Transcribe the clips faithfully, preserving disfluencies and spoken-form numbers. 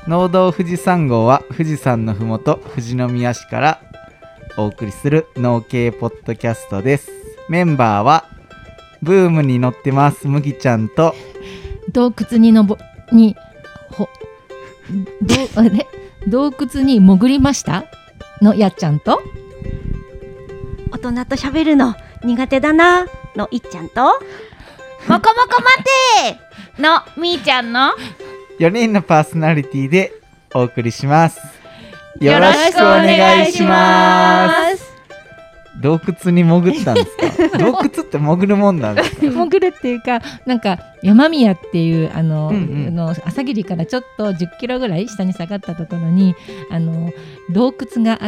農道富士山号は富士山のふもと富士宮市からお送りする農系ポッドキャストです。メンバーはブームに乗ってます麦ちゃんと洞窟にのぼにほどあれ洞窟に潜りましたのやっちゃんと大人と喋るの苦手だなのいっちゃんともこもこ待てのみーちゃんのよにんのパーソナリティでお送りします。 よろしくお願いします。 洞窟に潜ったんですか？洞窟って潜るもんなんですか？ 潜るっていうか、なんか山宮っていうあの、 うんうん、 あの朝霧からちょっとじゅっキロぐらい下に下がったところにあの洞窟があって、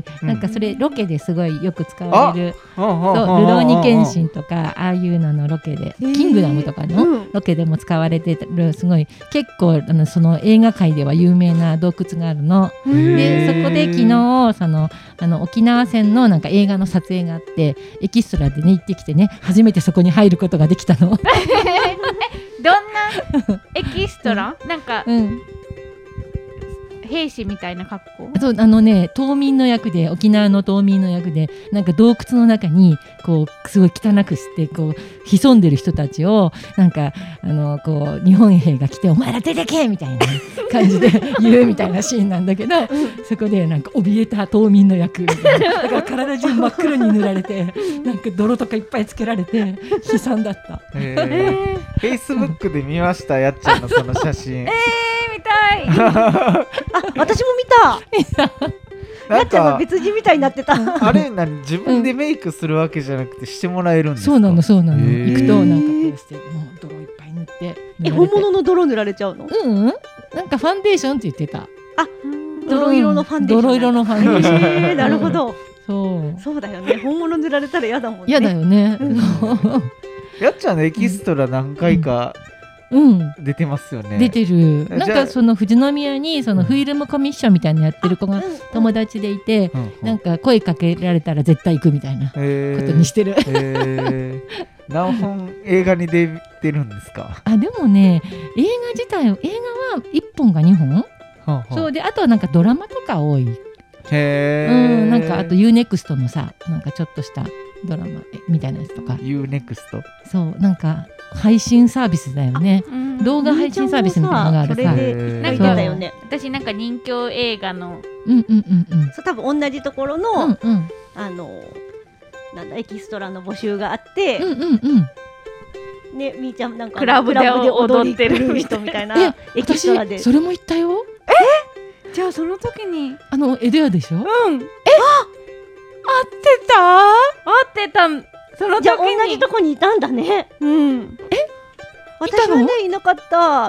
うん、なんかそれロケですごいよく使われる、そうルローニケンシンとかああいうののロケで、キングダムとかのロケでも使われてる、すごい結構あのその映画界では有名な洞窟があるので、そこで昨日そのあの沖縄戦のなんか映画の撮影があって、エキストラでね行ってきてね、初めてそこに入ることができたの。 どんなエキストラ？なんか、うん、兵士みたいな格好？ そう、あのね、島民の役で、沖縄の島民の役で、なんか洞窟の中にこうすごい汚くしてこう潜んでる人たちをなんかあのこう日本兵が来てお前ら出てけみたいな感じで言うみたいなシーンなんだけど、そこでなんか怯えた島民の役みたいな、だから体中真っ黒に塗られてなんか泥とかいっぱいつけられて悲惨だった。 えー、フェイスブックで見ました、やっちゃんのその写真。 えー、見たい。 あ、私も見た。やっちゃんが別人みたいになってた。 あれ何、自分でメイクするわけじゃなくてしてもらえるんですか？ そうなのそうなの、行くとなんかこうしてもう泥いっぱい塗って。 え、本物の泥塗られちゃうの？ うん、なんかファンデーションって言ってた。 あ、泥色のファンデーション。 泥色のファンデーション。 えー、なるほど。 そうそうだよね、本物塗られたら嫌だもんね。 嫌だよね。 やっちゃんのエキストラ何回か出てますよね。 出てる。なんかその富士宮にそのフィルムコミッションみたいなのやってる子が友達でいて、なんか声かけられたら絶対行くみたいなことにしてる。 えー、何本映画に出てるんですか？ あ、でもね、映画自体、映画はいっぽんかにほん、そうで、あとはなんかドラマとか多い。 へー、 うん、なんかあと ユーネクスト のさ、なんかちょっとしたドラマみたいなやつとか。 ユーネクスト？ そう、なんか配信サービスだよね。動画配信サービスみたいなのがあるさ。 それでなんかだよね。 私なんか人気映画の、 うんうんうんうん、 そう、多分同じところの、うんうん、あのなんだエキストラの募集があって、 うんうんうん、 ね、みーちゃんなんかクラブで踊ってる人みたいなエキストラで。 それも行ったよ。 え、じゃあその時にあのエデアでしょ？うん。え、 合ってた？合ってた。その時にじゃあ同じとこにいたんだね。うん。え、私はねいなかった。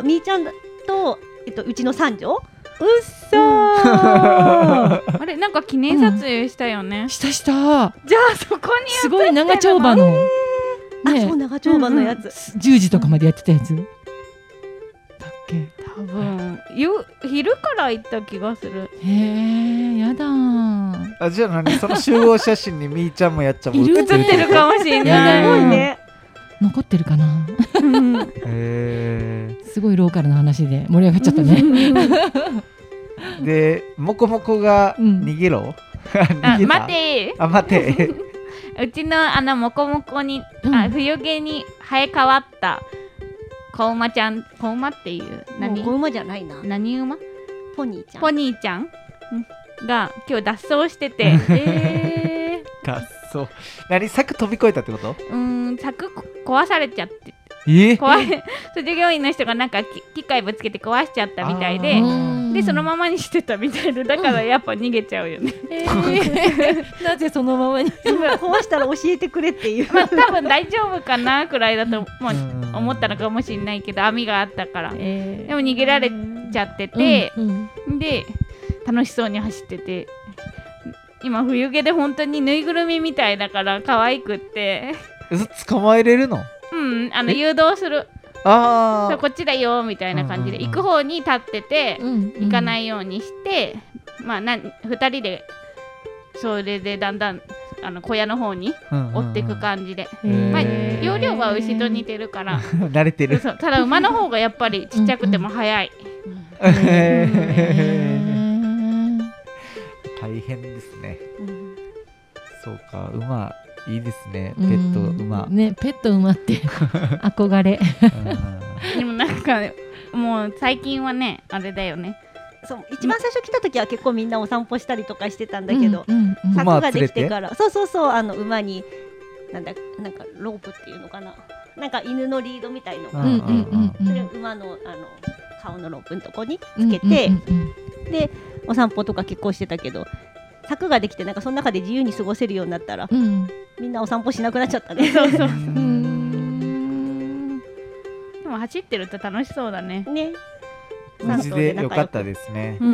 みーちゃんと、えっと、うちの三女。うっそー。 あれ、なんか記念撮影したよね。 うん、したした。 じゃあそこにすごい長丁場の、ね、 あ、そう、長丁場のやつ、 うん、じゅうじとかまでやってたやつだっけ？ 多分昼から行った気がする。 へえ、やだー。 あ、じゃあ何、その集合写真にみーちゃんもやっちゃんも写ってるかもしれない。 すごいね。 残ってるかな。 へー、 すごいローカルな話で盛り上がっちゃったね。 で、もこもこが逃げろ、 うん、あ、待てあ、待てうちのあのもこもこに、うん、あ、冬毛に生え変わった子馬ちゃん、子馬っていう何？子馬じゃないな。 何馬？ ポニーちゃん。 ポニーちゃんが今日脱走してて、えー、脱走。何、柵飛び越えたってこと？ うーん、柵壊されちゃって。 えー、 壊れ従業員の人がなんか機械ぶつけて壊しちゃったみたいで、でそのままにしてたみたいで、だからやっぱ逃げちゃうよね。 えー、なぜそのままに壊したら教えてくれっていう。 まあ多分大丈夫かなくらいだと思ったのかもしれないけど、網があったから、えー、でも逃げられちゃってて、うんうん、で楽しそうに走ってて、今冬毛で本当にぬいぐるみみたいだから可愛くって、 捕まえれるの？ うん、あの誘導する。 あそう、こっちだよみたいな感じで、うんうんうん、行く方に立ってて、うんうん、行かないようにして、まあなふたりでそれでだんだんあの小屋の方に追っていく感じで、うんうんうん、まあ、容量は牛と似てるから慣れてる。 そう、ただ馬の方がやっぱりちっちゃくても速い。 大変ですね、 うん、 そうか、馬いいですね、ペット馬、 ね、ペット馬って憧れでもなんかもう最近はねあれだよね、 そう一番最初来た時は結構みんなお散歩したりとかしてたんだけど、 うんうんうん、 柵ができてからそうそうそう、あの馬になんだなんかロープっていうのかな、なんか犬のリードみたいのがあって、うんうんうん、それを馬のあの顔のロープのとこにつけて、うんうんうん、でお散歩とか結構してたけど、柵ができてなんかその中で自由に過ごせるようになったら、うん、みんなお散歩しなくなっちゃったね。そうそうでも走ってると楽しそうだね。 ね、 無事でよかったですね。 うん、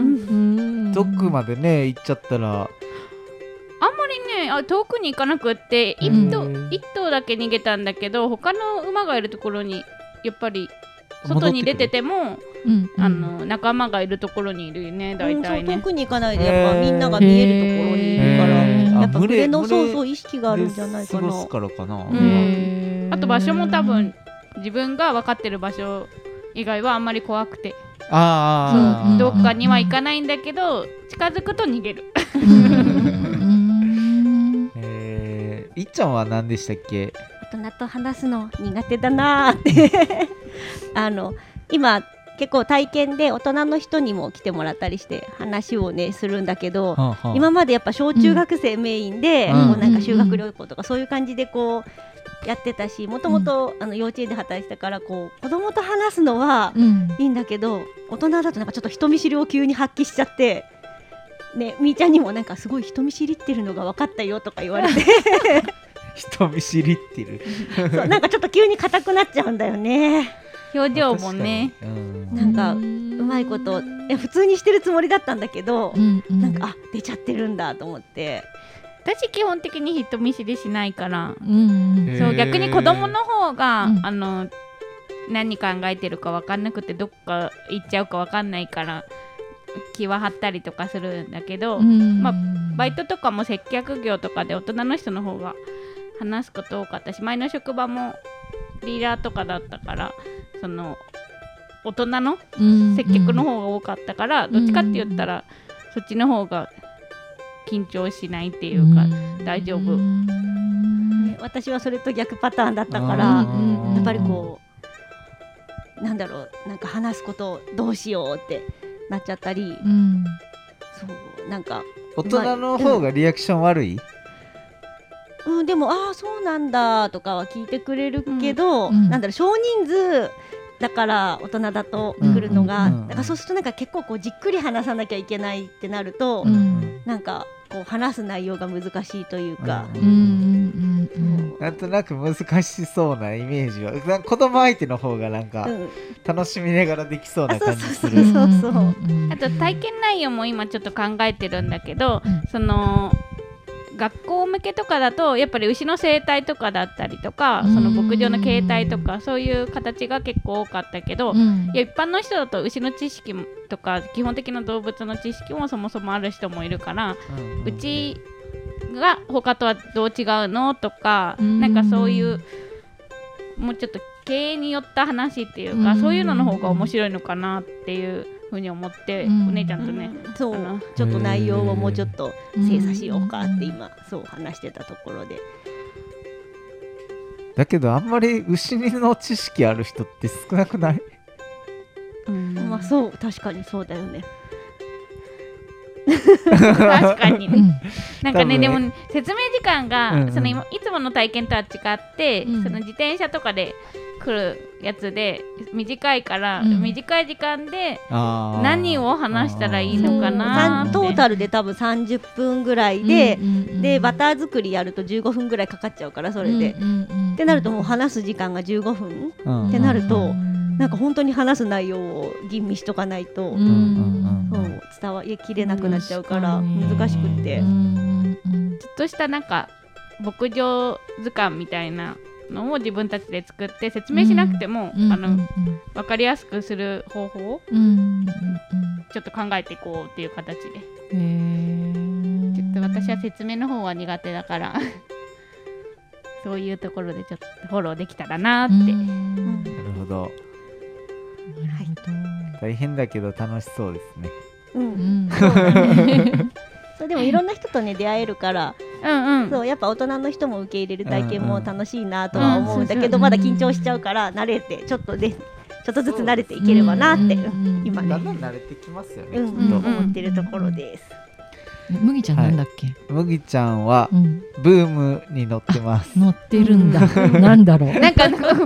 どこまでね行っちゃったらあんまりねあ遠くに行かなくって一頭一頭だけ逃げたんだけど、他の馬がいるところにやっぱり外に出てても、うん、あの仲間がいるところにいるよね、大体ね、 うん、遠くに行かないでやっぱみんなが見えるところにいるから、やっぱ群れのそうそう意識があるんじゃないかな。 過ごすからかな、うんうん、あと場所も多分自分が分かってる場所以外はあんまり怖くて、 あどっかには行かないんだけど近づくと逃げる。 えー、いっちゃんは何でしたっけ？ 大人と話すの苦手だなってあの今結構体験で大人の人にも来てもらったりして話をねするんだけど、はあはあ、今までやっぱ小中学生メインで、うん、こうなんか修学旅行とかそういう感じでこうやってたし、もともと幼稚園で働いてたからこう子供と話すのはいいんだけど、うん、大人だとなんかちょっと人見知りを急に発揮しちゃってね、みーちゃんにもなんかすごい人見知りってるのが分かったよとか言われて人見知りってるそうなんかちょっと急に硬くなっちゃうんだよね、 表情もね、 うん、なんかうまいこといや普通にしてるつもりだったんだけど、うんうん、なんかあ出ちゃってるんだと思って。 私基本的に人見知りしないから、うんうん、そう逆に子供の方が、うん、あの何考えてるか分かんなくてどっか行っちゃうか分かんないから気は張ったりとかするんだけど、うんまあ、バイトとかも接客業とかで大人の人の方が話すこと多かったし、前の職場もリーダーとかだったからその大人の接客の方が多かったから、うん、どっちかって言ったらそっちの方が緊張しないっていうか、うん、大丈夫、 ね、私はそれと逆パターンだったから、やっぱりこうなんだろうなんか話すことどうしようってなっちゃったり、うん、そうなんか大人の方がリアクション悪い、 うんうん、でもああそうなんだとかは聞いてくれるけど、うん、なんだろう少人数だから大人だと来るのが、うんうんうん、だからそうするとなんか結構こうじっくり話さなきゃいけないってなると、うん、なんかこう話す内容が難しいというか、うんうんうんうん、なんとなく難しそうなイメージはなんか子供相手の方がなんか楽しみながらできそうな感じする。 あと体験内容も今ちょっと考えてるんだけど、うん、その学校向けとかだとやっぱり牛の生態とかだったりとか、その牧場の形態とかそういう形が結構多かったけど、うん、いや一般の人だと牛の知識とか基本的な動物の知識もそもそもある人もいるから、うんうん、うちが他とはどう違うのとか、うん、なんかそういうもうちょっと経営によった話っていうか、うん、そういうのの方が面白いのかなっていうふうに思って、うん、お姉ちゃんとね、 うん、そうちょっと内容をもうちょっと精査しようかって今、うん、そう話してたところで、 だけどあんまり牛の知識ある人って少なくない？ うん、まあそう確かにそうだよね確かにねなんかねでも説明時間が、うんうん、そのいつもの体験とは違って、うん、その自転車とかで来るやつで短いから、うん、短い時間で何を話したらいいのかなって、 トータルで多分さんじゅっぷんぐらいで、うんうんうん、でバター作りやるとじゅうごふんぐらいかかっちゃうからそれで、うんうんうん、ってなるともう話す時間がじゅうごふん、うん、ってなると、うん、なんか本当に話す内容を吟味しとかないと、うん、そう伝わりきれなくなっちゃうから難しくって、うんうん、ちょっとしたなんか牧場図鑑みたいなのを自分たちで作って説明しなくても、うん、あの、うん、分かりやすくする方法を、うん、ちょっと考えていこうっていう形で、へーちょっと私は説明の方は苦手だからそういうところでちょっとフォローできたらなって、うん、 なるほど。 なるほど。 大変だけど楽しそうですね。 うん、 うん、 そうだねそうでもいろんな人とね出会えるからうんうん、 そうやっぱ大人の人も受け入れる体験も楽しいなとはうんうん思うんだけど、まだ緊張しちゃうから慣れてちょっとでちょっとずつ慣れていければなって、 うんうんうん、 今ねだんだん慣れてきますよね、 うんきっと、 うん、思ってるところです。 麦ちゃんなんだっけ、 麦ちゃんはうん、 ブームに乗ってます。 乗ってるんだなんだろうなんか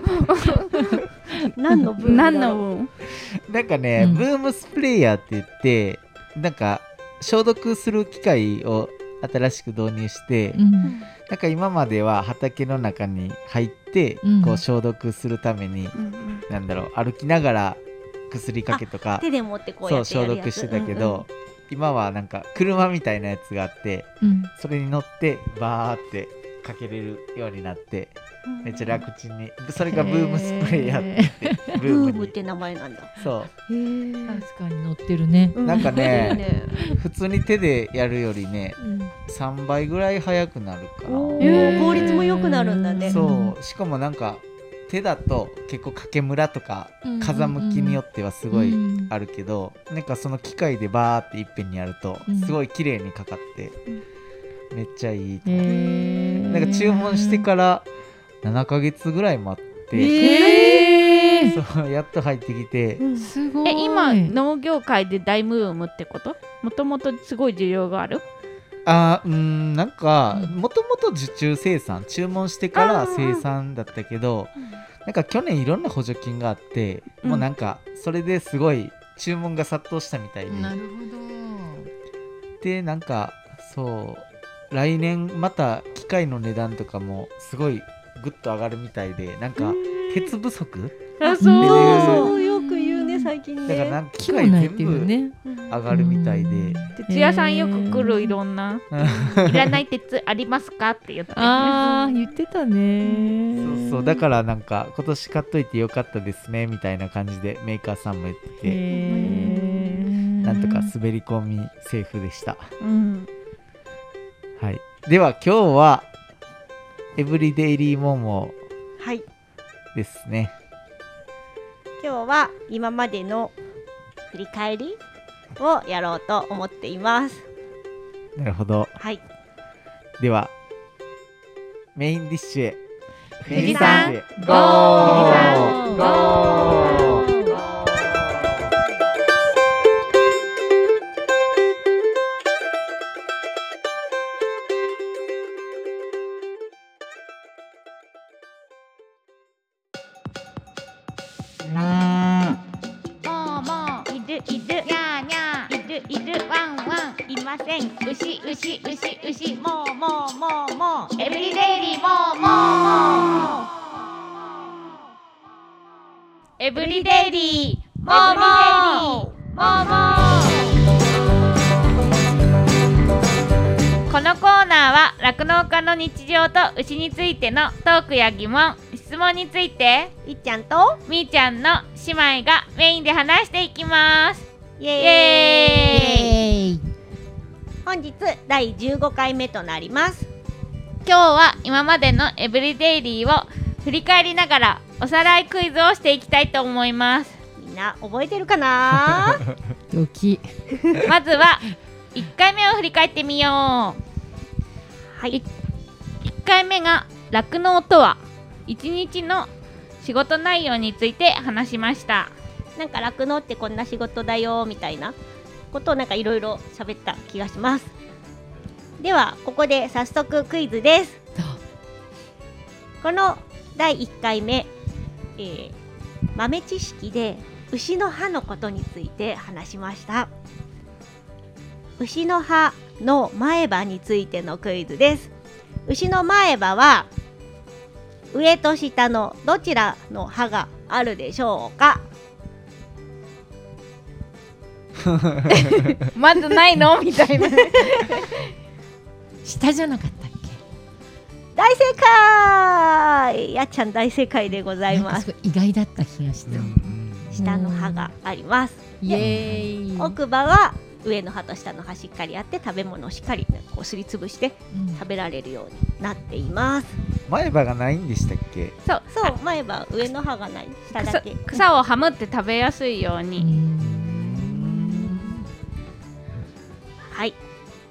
何のブームだろう。 何の分なんかね、 うんブームスプレーヤーって言ってなんか消毒する機械を新しく導入して、 うんなんか今までは畑の中に入って、 うんこう消毒するために、 うんうん、 なんだろう歩きながら薬かけとか手で持ってこうそうやってやるやつ消毒してたけど、今はなんか車みたいなやつがあってうんそれに乗ってバーってかけれるようになってうんうん、 めっちゃ楽ちんにそれがブームスプレーヤーって言ってブブームにームって名前なんだ。 そへー確かに乗ってるね、 うなんかねいいねう普通に手でやるよりねうんさんばいぐらい早くなるかおな。 ー効率も良くなるんだね。 そうしかもなんか手だと結構掛けムラとか風向きによってはすごいあるけど、なんかその機械でバーっていっぺんにやるとうんすごい綺麗にかかってうんめっちゃいいとへ思う、 ーなんか注文してからななかげつぐらい待って、 えーそうやっと入ってきて、 うんすごいえ今農業界で大ブームってこと？もともとすごい需要がある？ あーうーんなんかうんもともと受注生産注文してから生産だったけど、なんか去年いろんな補助金があって、 うんもうなんかそれですごい注文が殺到したみたいで、 なるほでなんかそう来年また機械の値段とかもすごいぐっと上がるみたいで、なんか鉄不足あそそううそうよく言うね最近ね。 だからなんかど機械木もないって全部いうね上がるみたいで、 鉄屋さんよく来るいろんな、いらない鉄ありますかって言ってあー言ってたねそうそうだからなんか今年買っといてよかったですねみたいな感じでメーカーさんも言ってて、 へーなんとか滑り込みセーフでした。 うん、 はい、では今日はエブリデイリーモモはい、 ですね。 今日は今までの振り返りをやろうと思っています。 なるほど。 はい、 ではメインディッシュへ富士山メインディッシュへゴーゴーゴーもうもういるいるにゃーにゃーいるいるワンワンいません牛牛牛牛もうもうもうもうエブリデイリーもうもうもうエブリデイリーもうもうもうもうこのコーナーは酪農家の日常と牛についてのトークや疑問質問についていっちゃんとみーちゃんの姉妹がメインで話していきますイイエーイえーい本日だいじゅうごかいめとなります。 今日は今までのエブリデイリーを振り返りながらおさらいクイズをしていきたいと思いますみんな覚えてるかなドキまずはいっかいめを振り返ってみようはいいっかいめが酪農とはいちにちの仕事内容について話しました。 なんか酪農ってこんな仕事だよみたいなことをなんかいろいろ喋った気がします。ではここで早速クイズです。このだいいっかいめ、えー、豆知識で牛の歯のことについて話しました。牛の歯の前歯についてのクイズです。牛の前歯は上と下のどちらの歯があるでしょうか？ まずないのみたいな下じゃなかったっ大正解。やっちゃん大正解でござけ？ います。 なんかすごい意外だった気がした、 下の歯があります。 イエーイ奥歯は上の歯と下の歯しっかりあって食べ物をしっかりこうすりつぶしてうん食べられるようになっています。 前歯がないんでしたっけ？ そうそう前歯上の歯がない下だけ草、草をはむって食べやすいように、 はい。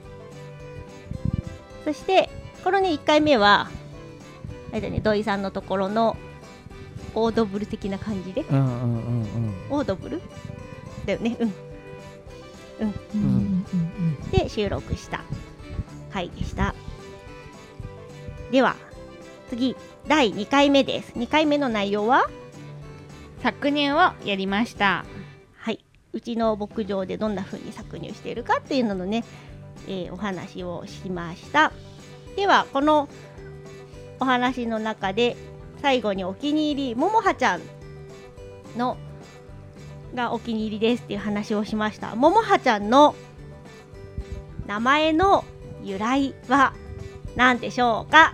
そしてこのねいっかいめはあれだね土井さんのところのオードブル的な感じで、 うんうんうんうん、 オードブルだよね、うんうん、 うん、 で収録した回でした。では次だいにかいめです。にかいめの内容は搾乳をやりました。 はい、うちの牧場でどんな風に搾乳しているかっていうののね、えー、お話をしました。ではこのお話の中で最後にお気に入りももはちゃんのがお気に入りですっていう話をしました。ももはちゃんの名前の由来は何でしょうか？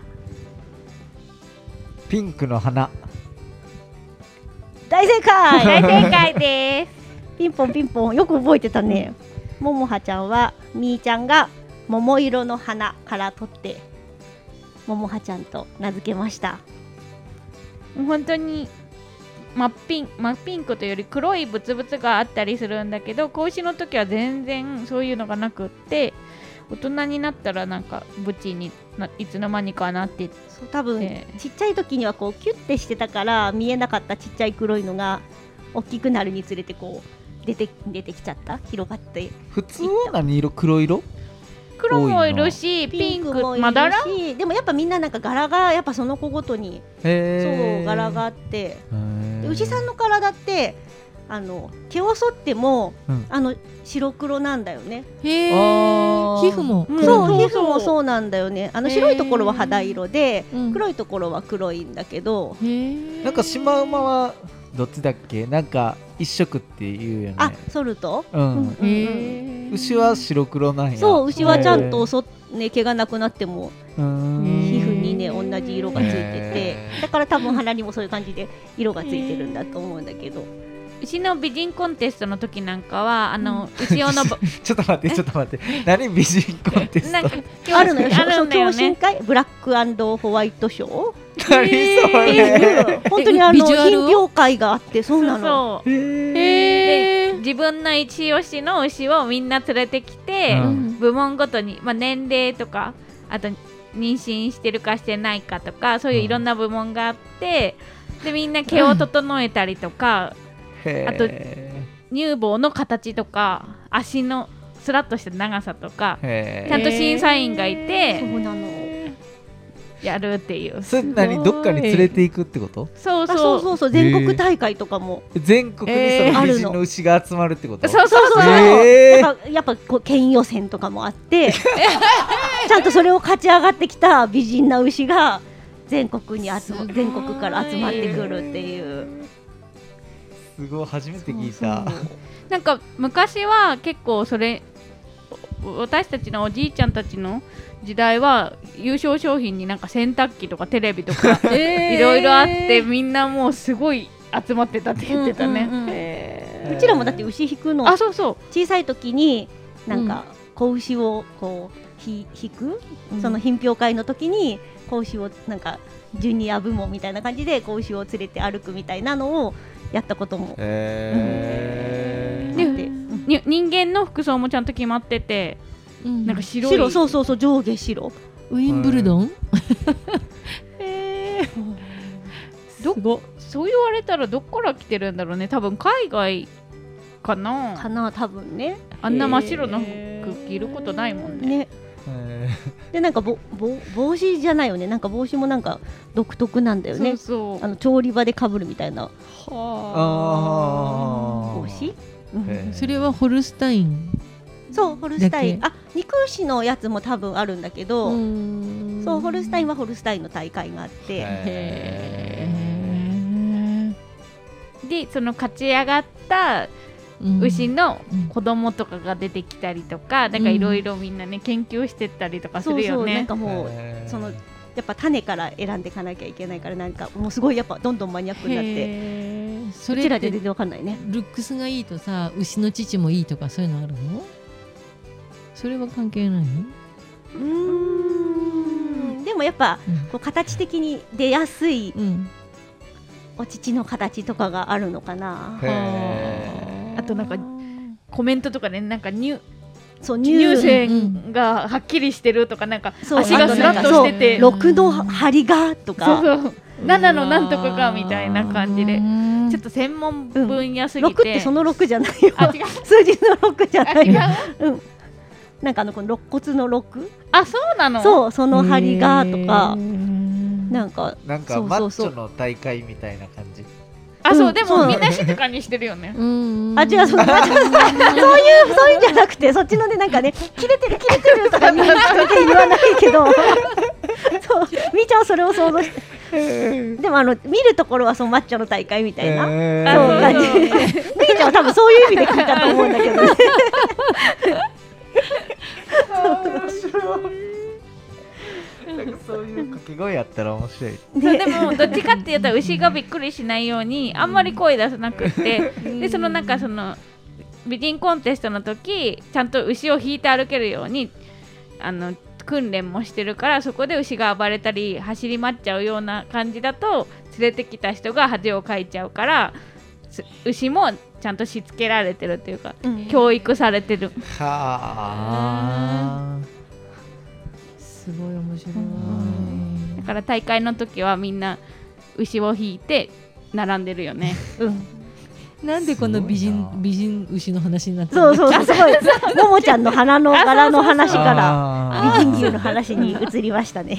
ピンクの花。 大正解大正解ですピンポンピンポン、よく覚えてたね。ももはちゃんはみーちゃんが桃色の花から取ってももはちゃんと名付けました。 本当に真っピン、真っピンクというより黒いブツブツがあったりするんだけど、子牛の時は全然そういうのがなくって、大人になったらなんかブチにないつの間にかなって、 そう多分、 えー、 ちっちゃい時にはこうキュッてしてたから見えなかったちっちゃい黒いのが大きくなるにつれてこう出て出てきちゃった、広がって。 普通は何色？黒色？ 黒もいるしピンクもいるし、まだらでもやっぱみんななんか柄がやっぱその子ごとにそう柄があって、で牛さんの体ってあの毛を剃っても、うん、あの白黒なんだよね。 へー、皮膚も、 うん、そう皮膚もそうなんだよね。あの白いところは肌色で、黒いところは黒いんだけど、 なんかシマウマはどっちだっけ？なんか一色っていうよね。 あ、剃ると、 うんうん、牛は白黒なんや。 そう、牛はちゃんとそ、ね、毛がなくなっても皮膚にね同じ色がついてて、だから多分鼻にもそういう感じで色がついてるんだと思うんだけど、 牛の美人コンテストの時なんかはあの、うん、牛用のちょっと待ってちょっと待って何美人コンテストなんかあるのよ。あるんだよね。ブラック&ホワイトショー。 何それ？ 本当にあの品評会があって、そうなの。 そうそうへー。自分の一押しの牛をみんな連れてきて、うん、部門ごとに、まあ、年齢とかあと妊娠してるかしてないかとかそういういろんな部門があって、うん、でみんな毛を整えたりとか、うん、あと乳房の形とか足のスラッとした長さとかちゃんと審査員がいて、 そうなのやるっていう。 それ何どっかに連れていくってこと？ そうそうそうそうそう、全国大会とかも全国にその美人の牛が集まるってこと？ そうそうそう、えー、やっぱやっぱこう県予選とかもあってちゃんとそれを勝ち上がってきた美人な牛が全国に集ま全国から集まってくるっていう。 すごい、初めて聞いた。 そうそうなんか昔は結構それ私たちのおじいちゃんたちの時代は優勝商品になんか洗濯機とかテレビとかいろいろあってみんなもうすごい集まってたって言ってたね。 うんうんうん、えー、うちらもだって牛引くのあそうそう小さい時になんか子牛をこうひ引く、うん、その品評会の時に子牛をなんかジュニア部門みたいな感じで子牛を連れて歩くみたいなのをやったことも、 えーうんでに人間の服装もちゃんと決まってて、うん、なんか白い白そうそうそう上下白ウィンブルドンえー、どそう言われたらどっから来てるんだろうね。多分海外かなかな多分ね。 あんな真っ白な服着ることないもんね。 ねでなんかぼぼ帽子じゃないよね。なんか帽子もなんか独特なんだよね。 そうそうあの調理場で被るみたいなはあ帽子、 うん、それはホルスタイン。 そうホルスタイン。あ肉牛のやつも多分あるんだけど、そうホルスタインはホルスタインの大会があって、へでその勝ち上がった牛の子供とかが出てきたりとか、なんかいろいろみんなね研究してったりとかするよね。 そうそうなんかもうそのやっぱ種から選んでいかなきゃいけないから、なんかもうすごいやっぱどんどんマニアックになって、それうちらで全然わかんないね。 ルックスがいいとさ牛の乳もいいとかそういうのあるの？それは関係ない？ うーんでもやっぱ、うん、こう形的に出やすい、うん、お乳の形とかがあるのかな。 あとなんかコメントとかね、なんか乳そう乳腺がはっきりしてるとか、なんか足がスラッとしててろくの張りがとか、 そうそうななのなんとかがみたいな感じで、ちょっと専門分野すぎて、うん、 ろくってそのろくじゃないよ。 あ違う数字のろくじゃないよ。うん、なんかあのこの肋骨のろく、 あそうなの、 そうその張りがとか、なんかなんかマッチョの大会みたいな感じ。 あ、そう、でもみんな静かにしてるよね。 あ、違う、そういうそういうんじゃなくて、そっちのね、なんかね、切れてる切れてるとか言わないけど、そうみーちゃんはそれを想像して、でもあの見るところはそうマッチョの大会みたいな、そう感じ。みーちゃんは多分そういう意味で聞いたと思うんだけどね。 なんかそういう掛け声やったら面白い。 そうでもどっちかっていうと牛がびっくりしないようにあんまり声出さなくってでそのなんかその美人コンテストの時ちゃんと牛を引いて歩けるようにあの訓練もしてるから、そこで牛が暴れたり走り回っちゃうような感じだと連れてきた人が恥をかいちゃうから、牛もちゃんとしつけられてるっていうか、うん、教育されてる。 はあ、 すごい面白い。 だから大会の時はみんな牛を引いて並んでるよね。うん。 なんでこの美人美人牛の話になってるの？そうそう、すごい。ももちゃんの鼻の柄の話から美人牛の話に移りましたね。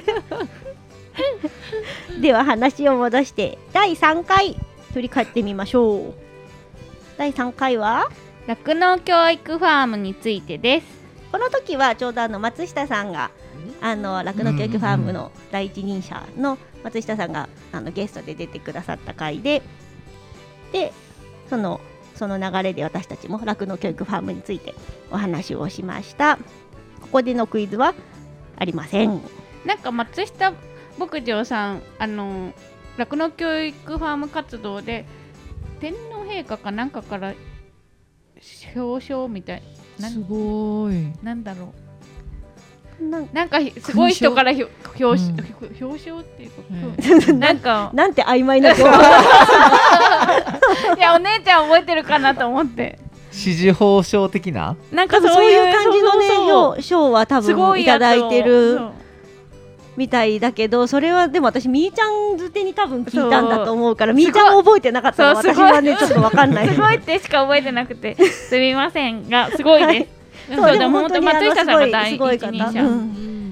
では話を戻してだいさんかい振り返ってみましょう。だいさんかいは酪農教育ファームについてです。 この時はちょうどあの松下さんがあの酪農教育ファームの第一人者の松下さんがあのゲストで出てくださった回で、でそのその流れで私たちも酪農教育ファームについてお話をしました。ここでのクイズはありません。 なんか松下牧場さん、あの酪農教育ファーム活動で天皇陛下かなんかから表彰みたいな、 すごい、 なんだろう、な, なんかすごい人から表彰、うん、表彰っていうか、うん、なんかなんて曖昧な情報。 いやお姉ちゃん覚えてるかなと思って。 支持報奨的な、 なんかそういう感じのね賞は多分いただいてるみたいだけど、それはでも私みーちゃんづてに多分聞いたんだと思うから、みーちゃんも覚えてなかったら私はねちょっと分かんない。 すごいってしか覚えてなくてすみませんがすごいです。そうでも本当に松下さんが第一人者、うん、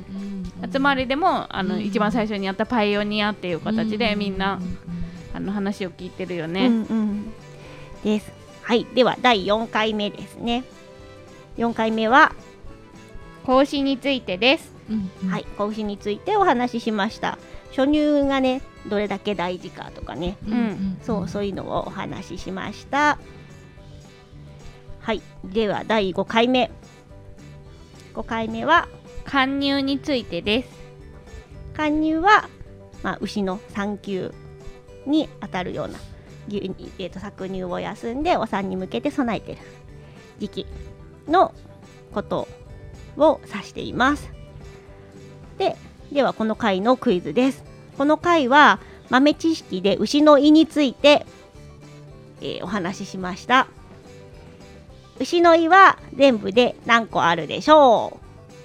集まりでもあの、うん、一番最初にやったパイオニアっていう形で、うん、みんな、うん、あの話を聞いてるよね、うんうん、 です。はい、ではだいよんかいめですね。よんかいめは子牛についてです、 うんうん、はい、子牛についてお話ししました。初乳がねどれだけ大事かとかね、うん、そうそういうのをお話ししました。はい、ではだいごかいめごかいめは貫乳についてです。 貫乳は、まあ、牛の産休にあたるような牛に、えー、と搾乳を休んでお産に向けて備えている時期のことを指しています。で、ではこの回のクイズです。この回は豆知識で牛の胃について、えー、お話ししました。牛の胃は全部で何個あるでしょ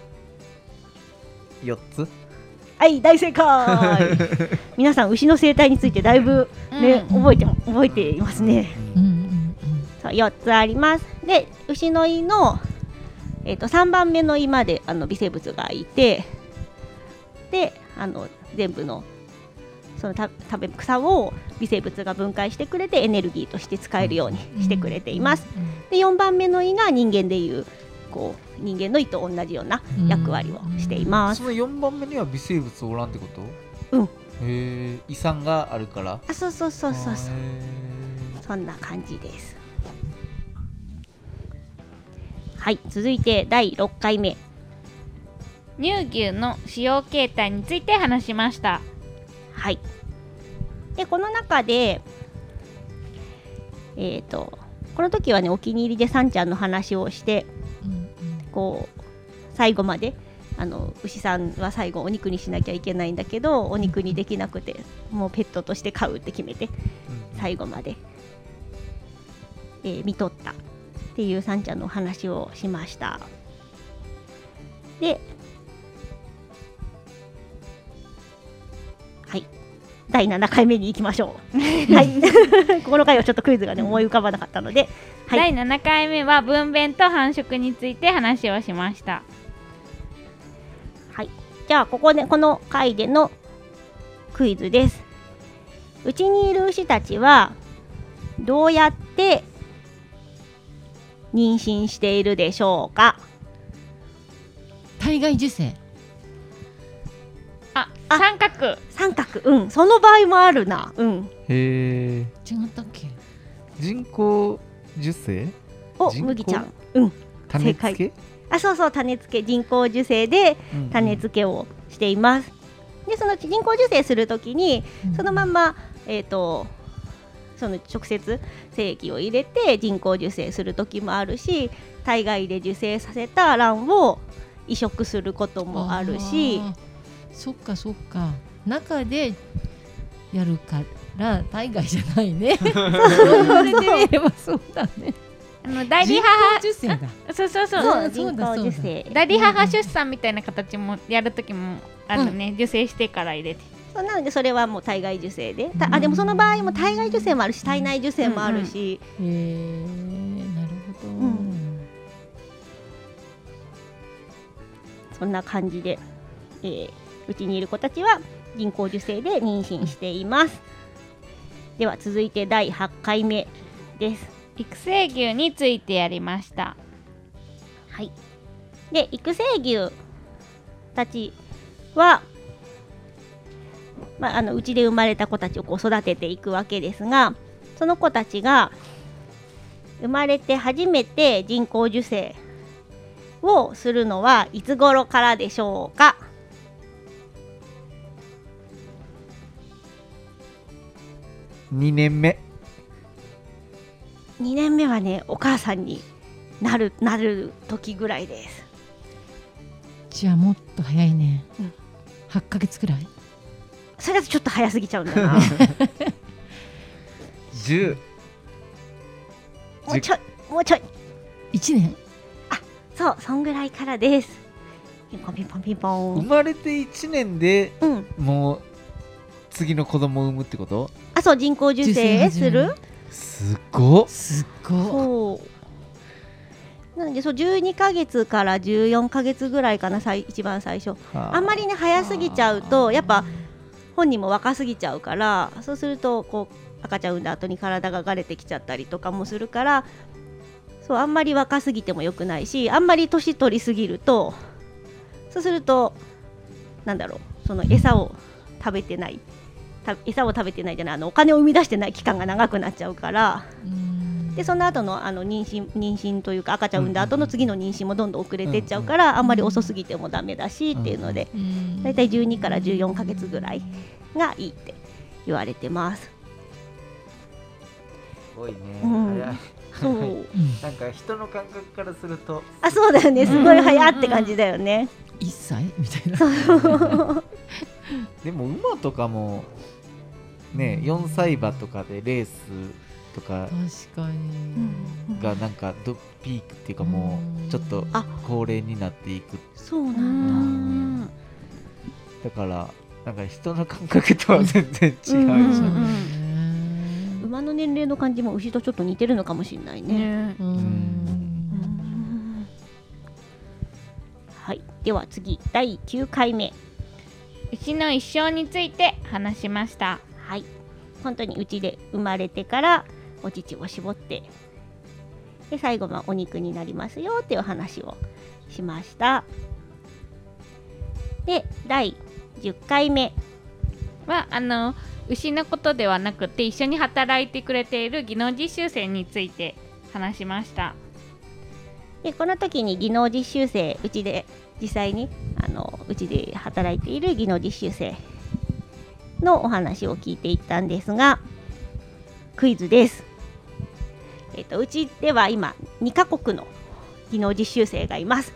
う？よっつ。 はい、大正解。皆さん牛の生態についてだいぶ、ね、うん、覚えて覚えていますね、うんうんうん、そうよっつあります。で牛の胃の、えー、とさんばんめの胃まであの微生物がいて、であの全部のそのた食べ草を微生物が分解してくれてエネルギーとして使えるようにしてくれています。でよんばんめの胃が人間でいうこう人間の胃と同じような役割をしています。 そのよんばんめには微生物おらんってこと？ うん。 へえ、胃酸があるから。 あ、そうそうそうそうそう。そんな感じです。はい、続いてだいろっかいめ。 乳牛の使用形態について話しました。 はい。でこの中で、えーと、この時はねお気に入りでさんちゃんの話をして、うんうん、こう最後まであの牛さんは最後お肉にしなきゃいけないんだけどお肉にできなくてもうペットとして飼うって決めて最後まで、えー、見とったっていうさんちゃんのお話をしました。で、はい、だいななかいめに行きましょう。はい、この回はちょっとクイズがね思い浮かばなかったので、はい、 だいななかいめは分娩と繁殖について話をしました。 はい、じゃあここでこの回でのクイズです。うちにいる牛たちはどうやって妊娠しているでしょうか。 体外受精。 あ、三角。 三角、うん、その場合もあるな。うん。 へえ。 違ったっけ。 人工受精？ お、麦ちゃん。うん。 種付け？ あ、そうそう、種付け、人工授精で種付けをしています。うんうん、で、その人工授精するときに、うん、そのままえっと。その直接精液を入れて人工授精する時もあるし、体外で受精させた卵を移植することもあるし。 そっかそっか、中でやるから体外じゃないね。そう言われてみればそうだね。 あの代理母受精だ。 そうそうそう、 そう人工授精、 代理母出産みたいな形もやる時もあるね、うん、受精してから入れて。 そうなのでそれはもう体外受精で、あでもその場合も体外受精もあるし体内受精もあるし、 うんうん、へえ、なるほど、うん、 そんな感じで、えー、うちにいる子たちは人工授精で妊娠しています。では続いてだいはちかいめです。 育成牛についてやりました。 はい。で育成牛たちはまあ、あのうちで生まれた子たちをこう育てていくわけですが、その子たちが生まれて初めて人工授精をするのはいつ頃からでしょうか。 にねんめ。 にねんめはね、お母さんになるなる時ぐらいです。 じゃあもっと早いね、うん、はっかげつくらい。 それだとちょっと早すぎちゃうんだな。 じゅう。 もうちょい、もうちょい。 いちねん。 あ、そう、そんぐらいからです。ピンポンピンポンピンポン。 生まれていちねんで、うん、もう次の子供を産むってこと？ あ、そう、人工授精する。 すごっ。 すごっ。 なのでそうじゅうにかげつからじゅうよんかげつぐらいかな、一番最初。あんまりね早すぎちゃうとやっぱ本人も若すぎちゃうから、そうするとこう赤ちゃん産んだ後に体ががれてきちゃったりとかもするから、そうあんまり若すぎてもよくないし、あんまり年取りすぎるとそうするとなんだろう、その餌を食べてない餌を食べてないじゃないあのお金を生み出してない期間が長くなっちゃうから、でその後のあの妊娠妊娠というか赤ちゃん産んだ後の次の妊娠もどんどん遅れていっちゃうから、あんまり遅すぎてもダメだしっていうので、だいたいじゅうにからじゅうよんかげつぐらいがいいって言われてます。 すごいね、 うん、早い。そうなんか人の感覚からするとあ、そうだよね、すごい早って感じだよね。 いっさいみたいな。 でも馬とかもね、よんさい馬とかでレースとか確かにがなんかドピークっていうかもうちょっと高齢になっていく。 そうなんだ。 だからなんか人の感覚とは全然違う。うんうん、 馬の年齢の感じも牛とちょっと似てるのかもしれないね。うんうん、はい、では次だいきゅうかいめ、 牛の一生について話しました。 はい、本当にうちで生まれてからお乳を絞ってで最後はお肉になりますよっていう話をしました。でだいじゅっかいめはあの牛のことではなくて一緒に働いてくれている技能実習生について話しました。 でこの時に技能実習生うちで実際にあのうちで働いている技能実習生のお話を聞いていったんですが、クイズです。えっと、うちでは今にかこくの技能実習生がいます。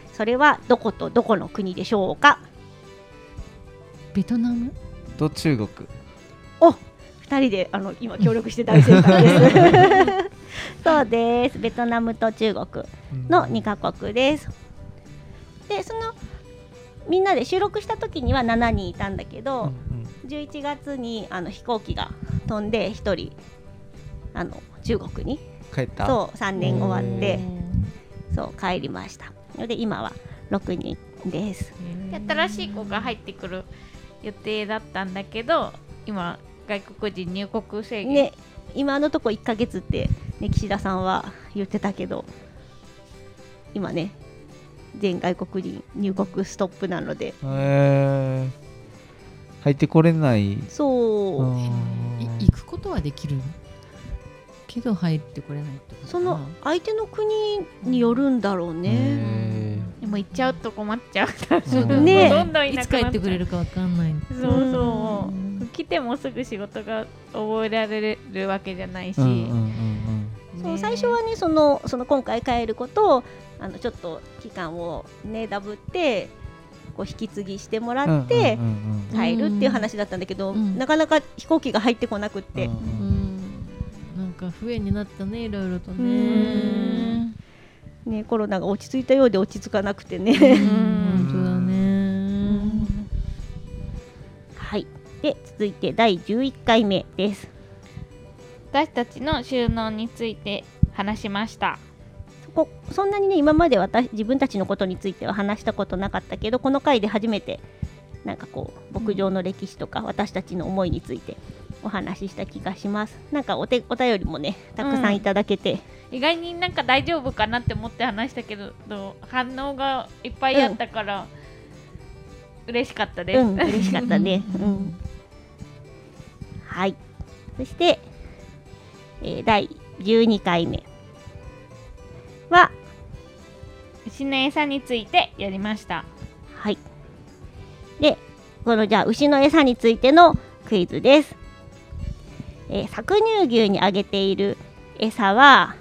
それはどことどこの国でしょうか？ ベトナムと中国。 お、二人であの今協力して大正解ですそうです。ベトナムと中国のにカ国です。でそのみんなで収録した時にはしちにんいたんだけど、うんうん、じゅういちがつにあの飛行機が飛んでひとりあの中国に帰った。 そうさんねん終わってそう帰りましたので今はろくにんです。 で新しい子が入ってくる予定だったんだけど今外国人入国制限、 ね、今のとこいっかげつって、ね、岸田さんは言ってたけど今ね全外国人入国ストップなので、 へー、入ってこれない。 そう、 行くことはできるけど入ってこれないってこと。 その相手の国によるんだろうね。 でも行っちゃうと困っちゃうそうだね、どんどんいつ帰ってくれるかわかんない。 そうそう、来てもすぐ仕事が覚えられるわけじゃないし、 そう最初はねそのその今回帰ることをあのちょっと期間をねダブってこう引き継ぎしてもらって帰るっていう話だったんだけど、うん、なかなか飛行機が入ってこなくって、うんうん、なんか不便になったねいろいろとね。 ねコロナが落ち着いたようで落ち着かなくてね。 本当だね。 はい。で続いてだいじゅういっかいめです。 私たちの収納について話しました。 そこそんなにね今まで私自分たちのことについては話したことなかったけどこの回で初めてなんかこう牧場の歴史とか私たちの思いについてお話しした気がします。なんかお手お便りもねたくさんいただけて、 うん、意外になんか大丈夫かなって思って話したけど反応がいっぱいあったから、うん、嬉しかったです、 うん、嬉しかったね、うん、はい。そして、えー、だいじゅうにかいめは牛の餌についてやりました。 はい。でこのじゃあ牛の餌についてのクイズです。えー、搾乳牛にあげている餌は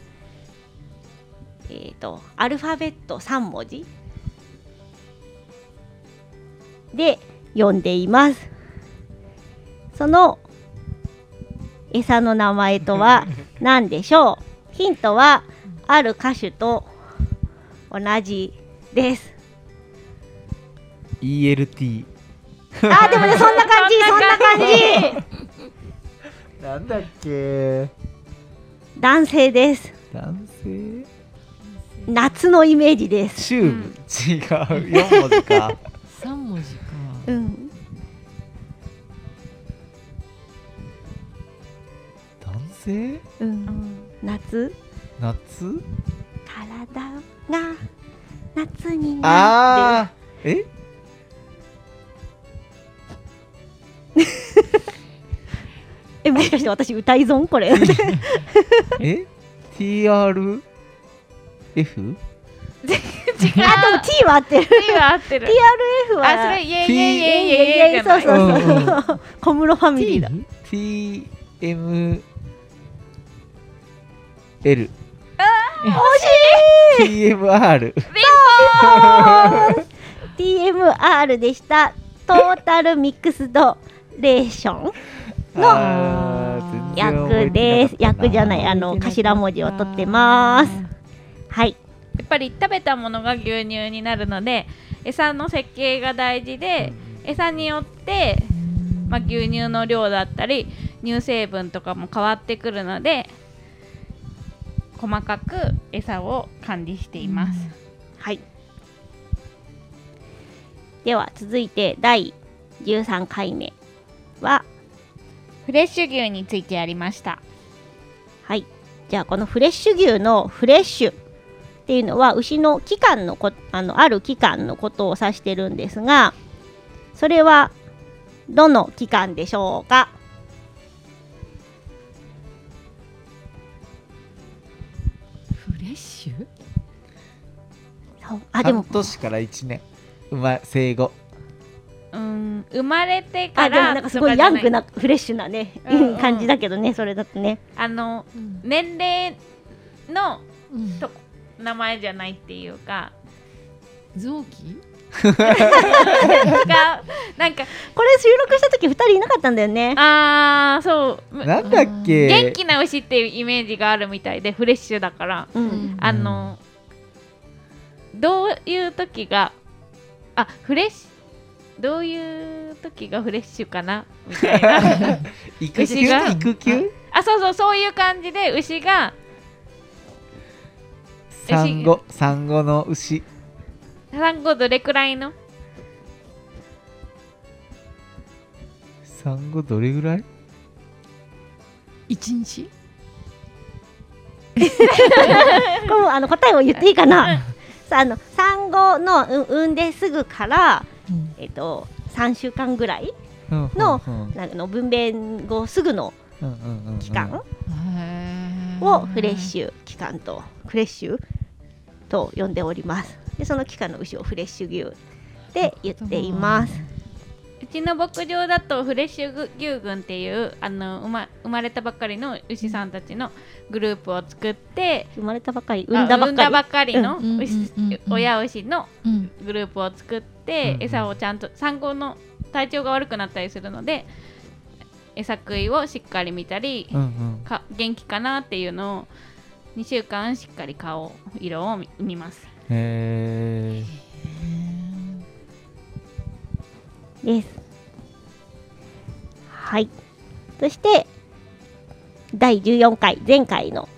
えーとアルファベットさんもじで呼んでいます。その餌の名前とは何でしょう？ヒントはある歌手と同じです。 イーエルティーあーでもねそんな感じそんな感じなんだっけ。 男性です。 男性夏のイメージです。 チューブ、うん、違うよんもじかさんもじか。 うん男性、 うん、夏夏体が夏になってる。あーええもしかして私歌い損これえ ティーアールエフ違う。 あでも T は合ってる T は合ってるティーアールエフ はあそれイエイイエイイエイイエイイエイそうそうそう、小室ファミリーだ。 ティーエムエル惜しいティーエムアールティーエムアール でした。トータルミックスドレーションの役です。役じゃないあの頭文字を取ってます。はい。 やっぱり食べたものが牛乳になるので餌の設計が大事で、餌によって、まあ、牛乳の量だったり乳成分とかも変わってくるので細かく餌を管理しています。 はい。では続いてだいじゅうさんかいめはフレッシュ牛についてやりました。 はい。じゃあこのフレッシュ牛のフレッシュっていうのは牛の器官のこ あのある器官のことを指してるんですが、それはどの器官でしょうか？ フレッシュ？ そうあでも半年からいちねん、うま生後。 うーん生まれてかあでもらなんかすごいヤングなフレッシュなね、 うんうん、 感じだけどねそれだとねあの、うん、年齢のと、うん、名前じゃないっていうか臓器がなんかこれ収録した時ふたりいなかったんだよね。 あーそうなんだっけ、 元気な牛っていうイメージがあるみたいでフレッシュだから、 うん、 あのどういう時があフレッシュどういう時がフレッシュかなみたいな育休牛が育休あそうそうそういう感じで牛が産後産後の牛産後どれくらいの産後どれぐらい一日これもあの答えを言っていいかな。さあ、あの産後の、うん、産んですぐから、 うんえっと、さんしゅうかんぐらいのの、なんかの分娩後すぐの期間をフレッシュ期間とフレッシュと呼んでおります。でその期間の牛をフレッシュ牛で言っています。 うちの牧場だとフレッシュ牛群っていうあの生ま、生まれたばっかりの牛さんたちのグループを作って生まれたばかり産んだばっかり産んだばっかりのうん牛うんうんうん親牛のうんグループを作って、 うん餌をちゃんと産後の体調が悪くなったりするので餌食いをしっかり見たり、 うんうんか元気かなっていうのをにしゅうかんしっかり顔色を見見ます。 へです。はい。そしてだいじゅうよんかい前回の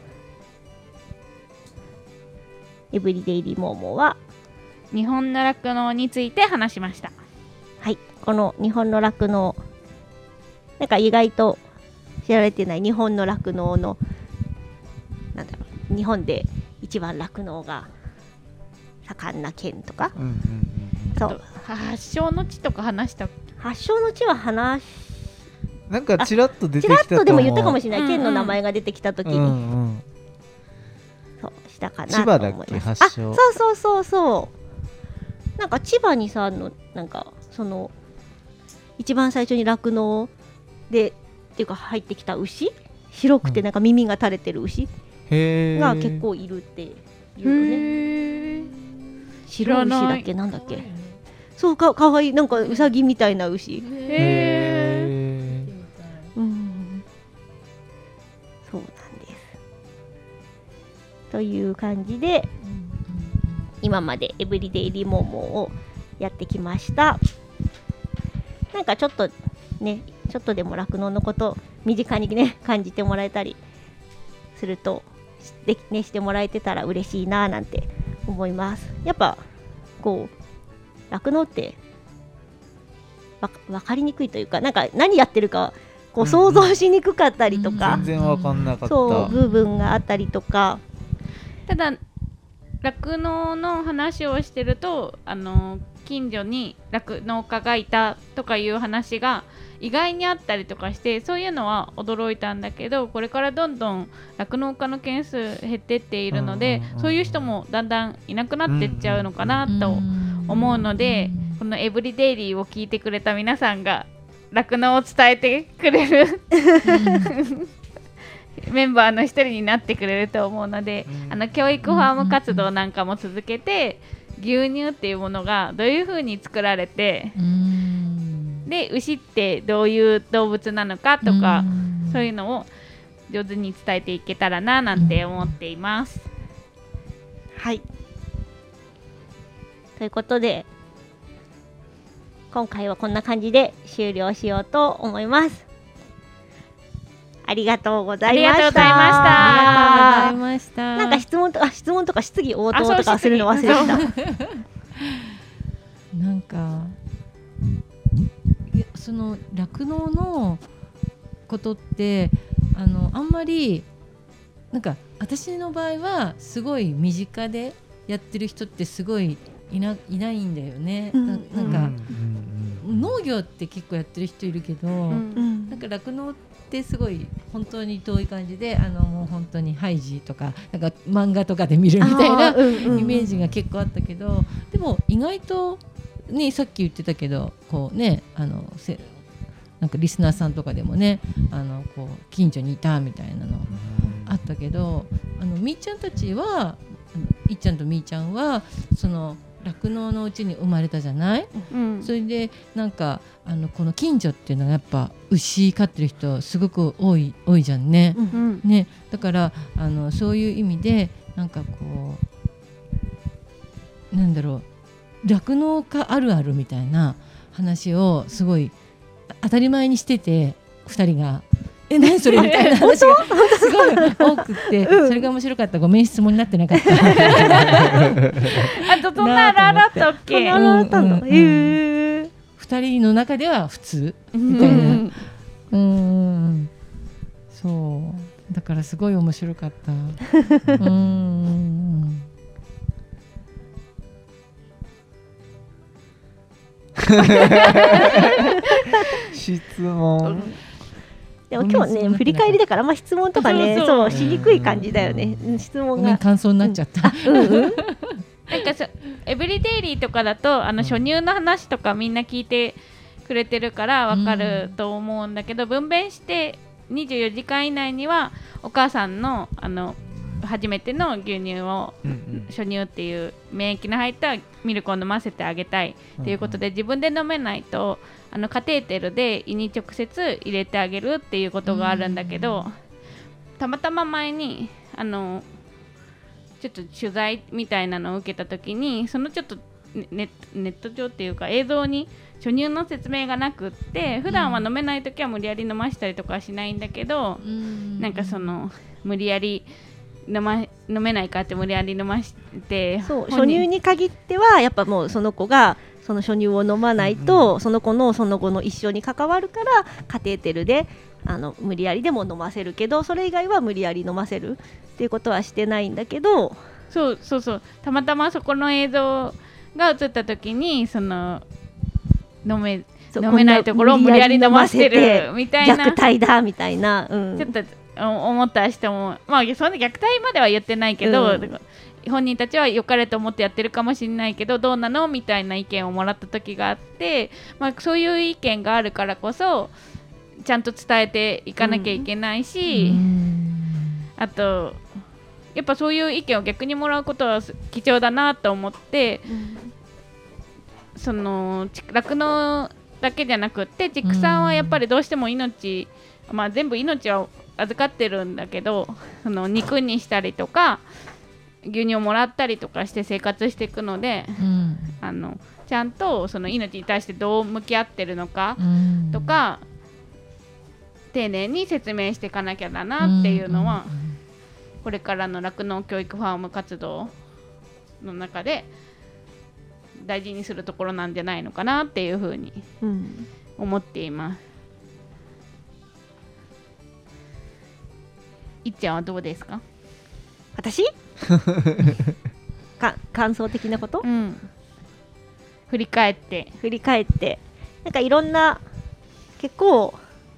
エブリデイリーモーモーは、 日本の酪農について話しました。 はい、この日本の酪農、なんか意外と知られてない日本の酪農のなんだろう、日本で一番酪農が盛んな県とか、 うんうんうんそう発祥の地とか話した発祥の地は話なんかちらっと出てきたと思う。 ちらっとでも言ったかもしれない、 うんうん県の名前が出てきた時に、 うんうんそうしたかな千と思い葉だっけます。 発祥あ、そうそうそうそうなんか千葉にさあのなんかその一番最初に酪農でっていうか入ってきた牛、白くてなんか耳が垂れてる牛へーが結構いるっていうのね。 へー白い牛だっけなんだっけ、そうか、かわいい、なんかウサギみたいな牛。 へへうんそうなんですという感じで今までエブリデイリモーモーをやってきました。なんかちょっとね、ちょっとでも酪農のこと身近にね感じてもらえたりするとで、ね、してもらえてたら嬉しいななんて思います。やっぱこう酪農ってわ分かりにくいというか、なんか何やってるかこう想像しにくかったりとか、 全然わかんなかった。 そう部分があったりとか、 ただ酪農の話をしてるとあの近所に酪農家がいたとかいう話が意外にあったりとかして、そういうのは驚いたんだけど、これからどんどん酪農家の件数減ってっているので、 うんうんうんそういう人もだんだんいなくなってっちゃうのかなと思うので、このエブリデイリーを聞いてくれた皆さんが酪農を伝えてくれるメンバーの一人になってくれると思うので、 うんあの教育ファーム活動なんかも続けて、牛乳っていうものがどういうふうに作られて、で牛ってどういう動物なのかとか、そういうのを上手に伝えていけたらななんて思っています。 はいということで今回はこんな感じで終了しようと思います。ありがとうございました。 ありがとうございましたありがとうございました。 なんか質問とか質問とか質疑応答とかするの忘れてた。 なんかいやその酪農のことってあのあんまりなんか私の場合はすごい身近でやってる人ってすごいいな、いないんだよね。 うんななんか、 うんうんうん農業って結構やってる人いるけど、 うんなんか酪農ってすごい本当に遠い感じで、あのもう本当にハイジとかなんか漫画とかで見るみたいなあーうんうんイメージが結構あったけど、でも意外とね、さっき言ってたけどこうね、あのせなんかリスナーさんとかでもね、あのこう近所にいたみたいなのあったけど、あのみーちゃんたちは、あのいっちゃんとみーちゃんはその酪農のうちに生まれたじゃない、うん、それでなんかあのこの近所っていうのはやっぱ牛飼ってる人すごく多い多いじゃんね、うん、ねだからあのそういう意味でなんかこうなんだろう酪農家あるあるみたいな話をすごい当たり前にしててふたりがえ何それみたいな話がすごい多くて、うん、それが面白かった。ごめん質問になってなかったあとそんなあるあるあったっけ。 ふたりの中では普通みたいな、うん、うんそうだからすごい面白かったうん質問でも今日ね振り返りだからあんま質問とかねそうそうそうしにくい感じだよね、うん、質問が感想になっちゃった、うんうんうん、 なんかさエブリデイリーとかだとあの初乳の話とかみんな聞いてくれてるからわかると思うんだけど、うん、分娩してにじゅうよじかん以内にはお母さんのあの初めての牛乳を、うんうん、初乳っていう免疫の入ったミルクを飲ませてあげたいということで、うんうん、自分で飲めないとあのカテーテルで胃に直接入れてあげるっていうことがあるんだけど、うん、たまたま前にあのちょっと取材みたいなのを受けた時にそのちょっとネ, ネット上っていうか映像に初乳の説明がなくって普段は飲めない時は無理やり飲ましたりとかはしないんだけど、うん、なんかその無理やり飲, ま飲めないかって無理やり飲ましてそう初乳に限ってはやっぱもうその子がその初乳を飲まないと、うん、その子のその後の一生に関わるからカテーテルであの無理やりでも飲ませるけどそれ以外は無理やり飲ませるっていうことはしてないんだけどそうそうそうたまたまそこの映像が映った時にその飲め飲めないところを無理やり飲ませるみたいな虐待だみたいな、うん、 ちょっと思った人もまあそんな虐待までは言ってないけど、うん、本人たちは良かれと思ってやってるかもしれないけどどうなのみたいな意見をもらった時があって、まあ、そういう意見があるからこそちゃんと伝えていかなきゃいけないし、うん、あとやっぱそういう意見を逆にもらうことは貴重だなと思って、うん、その酪農だけじゃなくって畜産はやっぱりどうしても命、うんまあ、全部命は預かってるんだけどその肉にしたりとか牛乳をもらったりとかして生活していくので、うん、あのちゃんとその命に対してどう向き合ってるのかとか、うん、丁寧に説明していかなきゃだなっていうのは、うん、これからの酪農教育ファーム活動の中で大事にするところなんじゃないのかなっていうふうに思っています、いっちゃんはどうですか？ 私か感想的なこと、うん、 振り返って振り返ってなんかいろんな結構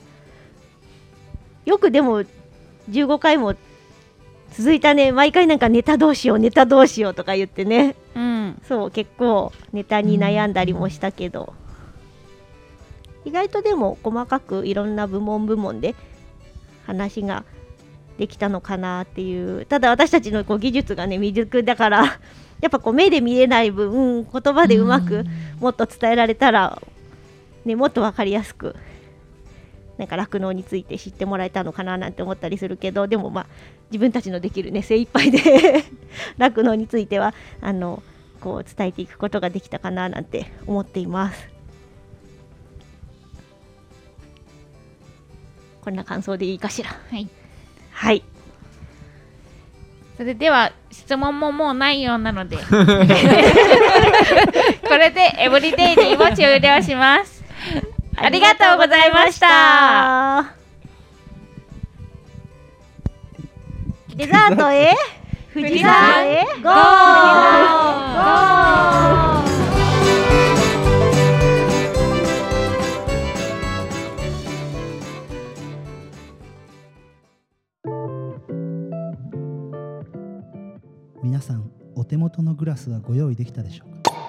よくでもじゅうごかいも続いたね毎回なんかネタどうしようネタどうしようとか言ってね、うん、そう結構ネタに悩んだりもしたけど、うん、意外とでも細かくいろんな部門部門で話ができたのかなっていうただ私たちのこう技術がね未熟だからやっぱこう目で見えない分言葉でうまくもっと伝えられたら、ね、もっと分かりやすくなんか酪農について知ってもらえたのかななんて思ったりするけどでもまあ自分たちのできるね精一杯で酪農についてはあのこう伝えていくことができたかななんて思っています。こんな感想でいいかしら。 はいはい、 それでは質問ももうないようなのでこれでエブリデイリーを終了しますありがとうございました。 デザートへ富士山へゴーゴー皆さんお手元のグラスはご用意できたでしょうか。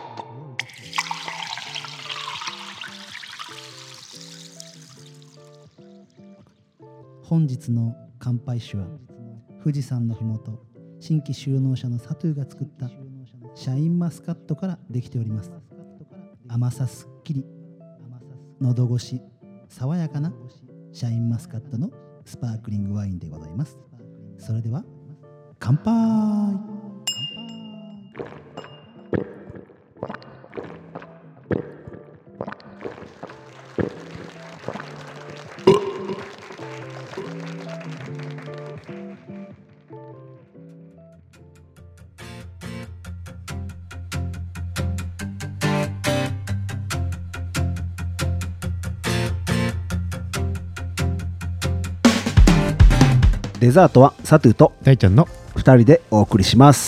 本日の乾杯酒は富士山のふもと新規就農者のサトゥーが作ったシャインマスカットからできております。甘さすっきり、喉越し爽やかなシャインマスカットのスパークリングワインでございます。それでは乾杯。デザートはサトゥと大ちゃんのふたりでお送りします。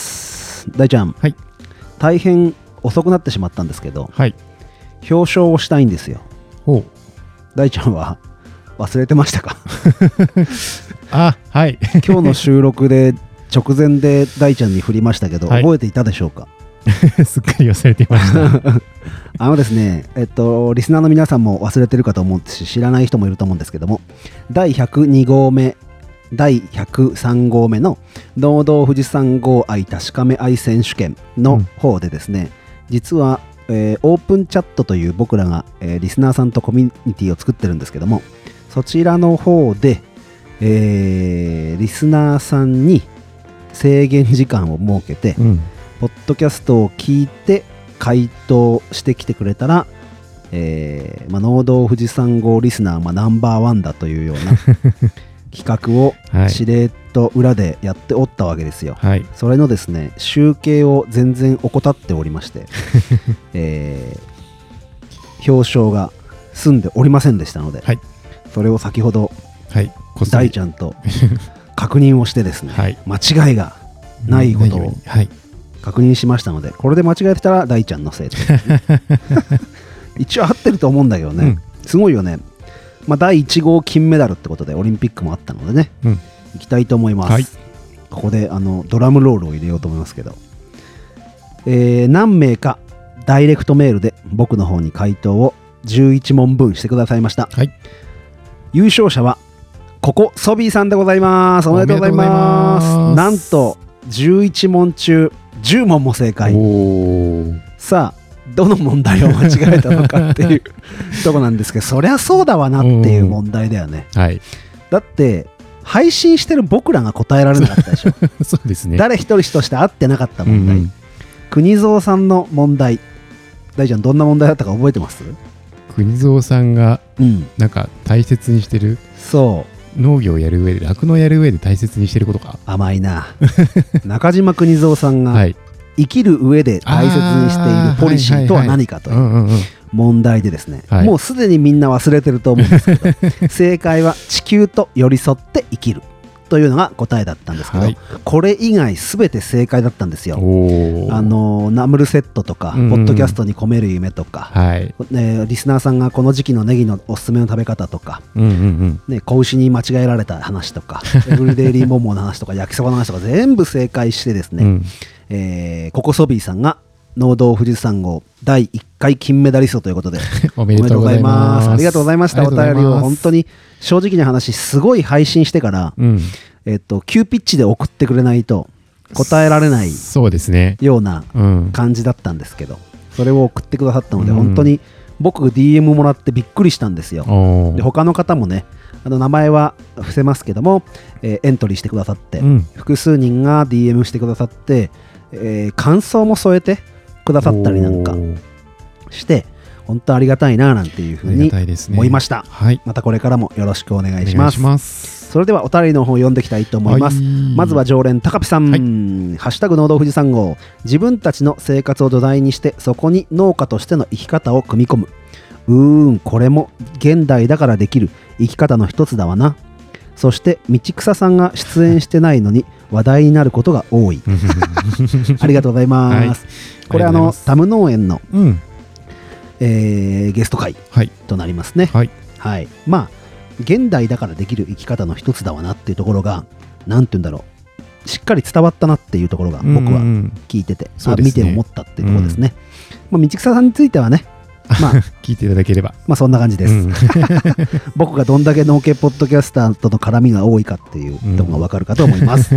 大ちゃん、 はい、 大変遅くなってしまったんですけど、 はい、 表彰をしたいんですよ。 ほう。 大ちゃんは忘れてましたか？ あ、はい。 今日の収録で直前で大ちゃんに振りましたけど、はい、覚えていたでしょうか？ すっかり忘れていましたあのですね、えっとリスナーの皆さんも忘れてるかと思うし、知らない人もいると思うんですけども、だいひゃくに号目だいひゃくさん号目の農道富士山号愛確かめ愛選手権の方でですね、うん、実は、えー、オープンチャットという僕らが、えー、リスナーさんとコミュニティを作ってるんですけども、そちらの方で、えー、リスナーさんに制限時間を設けて、うん、ポッドキャストを聞いて回答してきてくれたら、えーまあ、農道富士山号リスナー、まあ、ナンバーワンだというような企画をしれっと裏でやっておったわけですよ、はい、それのですね集計を全然怠っておりまして、えー、表彰が済んでおりませんでしたので、はい、それを先ほど、はい、大ちゃんと確認をしてですね、はい、間違いがないことを確認しましたので、これで間違えてたら大ちゃんのせいで一応合ってると思うんだけどね、うん、すごいよね。まあ、だいいち号金メダルってことでオリンピックもあったのでね、うん、行きたいと思います、はい、ここであのドラムロールを入れようと思いますけど、えー、何名かダイレクトメールで僕の方に回答をじゅういち問分してくださいました、はい、優勝者はここソビーさんでございます。おめでとうございます。なんとじゅういち問中じゅう問も正解。さあどの問題を間違えたのかっていうとこなんですけど、そりゃそうだわなっていう問題だよね、はい、だって配信してる僕らが答えられなかったでしょそうですね、 誰一人として合ってなかった問題、うんうん、国蔵さんの問題、大ちゃんどんな問題だったか覚えてます？ 国蔵さんがなんか大切にしてる、うん、そう農業をやる上で酪農やる上で大切にしてることか。 甘いな中島国蔵さんが、はい、生きる上で大切にしているポリシーとは何かという問題でですね、もうすでにみんな忘れてると思うんですけど正解は地球と寄り添って生きるというのが答えだったんですけど、はい、これ以外すべて正解だったんですよ。あのナムルセットとか、うん、ポッドキャストに込める夢とか、はいね、リスナーさんがこの時期のネギのおすすめの食べ方とか、うんうんうんね、子牛に間違えられた話とかエブリデイリーモモの話とか焼きそばの話とか全部正解してですね、うんえー、ココソビーさんが農道富士山号だいいっかい金メダリストということでおめでとうございます。 ありがとうございました。お便りを本当に正直な話すごい配信してから、うんえっと、急ピッチで送ってくれないと答えられないそうですねような感じだったんですけど、それを送ってくださったので、うん、本当に僕 ディーエム もらってびっくりしたんですよ。で他の方もねあの名前は伏せますけども、えー、エントリーしてくださって、うん、複数人が ディーエム してくださって、えー、感想も添えてくださったりなんかして本当ありがたいななんていうふうに思いました、ねはい、またこれからもよろしくお願いします。お願いします。それではお便りの方を読んでいきたいと思います、はい、まずは常連高ピさん、はい、ハッシュタグ農道富士山号、自分たちの生活を土台にしてそこに農家としての生き方を組み込む。うーんこれも現代だからできる生き方の一つだわな。そして道草さんが出演してないのに話題になることが多いありがとうございます、はい、これあのタム農園の、うんえー、ゲスト会となりますね、はいはい、まあ現代だからできる生き方の一つだわなっていうところがなんて言うんだろうしっかり伝わったなっていうところが僕は聞いてて、うんうん、見て思ったっていうところですね、うんまあ、道草さんについてはねまあ、 聞いていただければまあそんな感じです、うん、僕がどんだけ農系ポッドキャスターとの絡みが多いかっていうのが分かるかと思います、うん、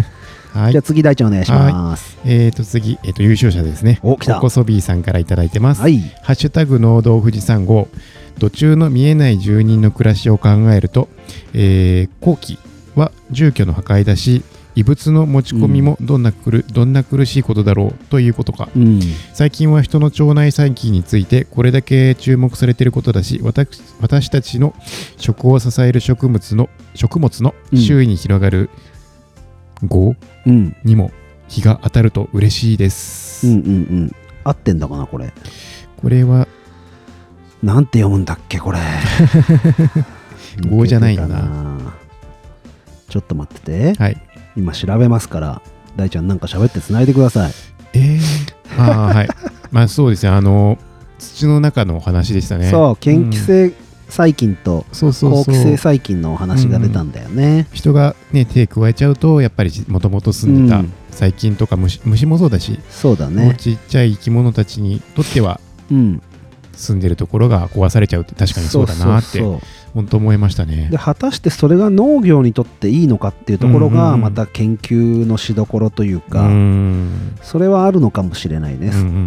はい、じゃあ次大ちゃんお願いします。 えーと次、えー、と優勝者ですね。 お、来た。 ココソビーさんからいただいてます。 はい、 ハッシュタグ農道富士山号。土中の見えない住人の暮らしを考えると、えー、後期は住居の破壊だし、異物の持ち込みもどんなくる、うん、どんな苦しいことだろうということか、うん、最近は人の腸内細菌についてこれだけ注目されていることだし、私、私たちの食を支える植物の食物の周囲に広がる業にも日が当たると嬉しいです。 うんうんうん、合ってんだかなこれ。 これはなんて読むんだっけこれ。 業じゃないよな。 ちょっと待ってて。 はい。 今調べますから大ちゃんなんか喋ってつないでください。 えー、あはいまあそうですね、あの土の中のお話でしたね。 そう、嫌気性細菌と好気性細菌のお話が出たんだよね。うん、 人がね手加えちゃうとやっぱりもともと住んでた細菌とか 虫, 虫もそうだし、 そうだね、 ちっちゃい生き物たちにとっては、うん、住んでるところが壊されちゃうって確かにそうだなって本当思いましたね。 で果たしてそれが農業にとっていいのかっていうところがまた研究のしどころというか、うんうん、それはあるのかもしれないです。うんうんうん、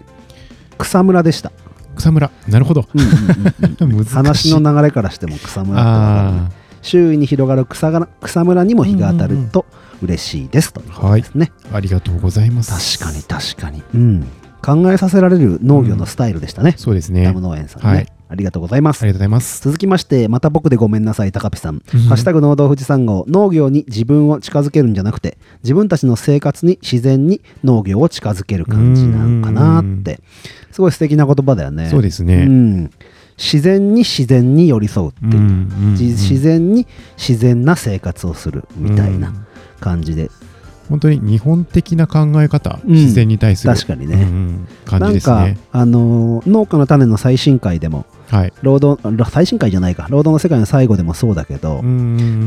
草むらでした。 草むら、なるほど。 話の流れからしても草むらってわかる、ね、周囲に広がる 草, が草むらにも日が当たると嬉しいですということですね。 はい、ありがとうございます。 確かに確かに、うん、考えさせられる農業のスタイルでしたね。 うん、そうですね。 ダム農園さんね、はい、ありがとうございます。 ありがとうございます。 続きまして、また僕でごめんなさい、高ピさん。ハッシュタグ農道富士山号。農業に自分を近づけるんじゃなくて、自分たちの生活に自然に農業を近づける感じなのかなって。すごい素敵な言葉だよね。 そうですね。うん、 自然に自然に寄り添うっていう、自然に自然な生活をするみたいな感じで。 本当に日本的な考え方、うん、自然に対する確かにね、うん、 感じですね。 なんか、あのー、農家の種の最新回でも、はい、労働最新回じゃないか労働の世界の最後でもそうだけど、うん、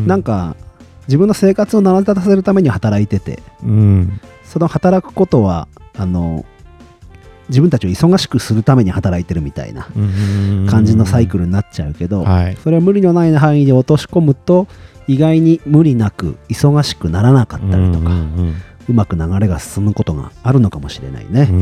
なんか自分の生活を成り立たせるために働いてて、うん、その働くことはあの自分たちを忙しくするために働いてるみたいな感じのサイクルになっちゃうけど、はい、それを無理のない範囲で落とし込むと意外に無理なく忙しくならなかったりとか、うんうんうん、うまく流れが進むことがあるのかもしれないね。うんうん、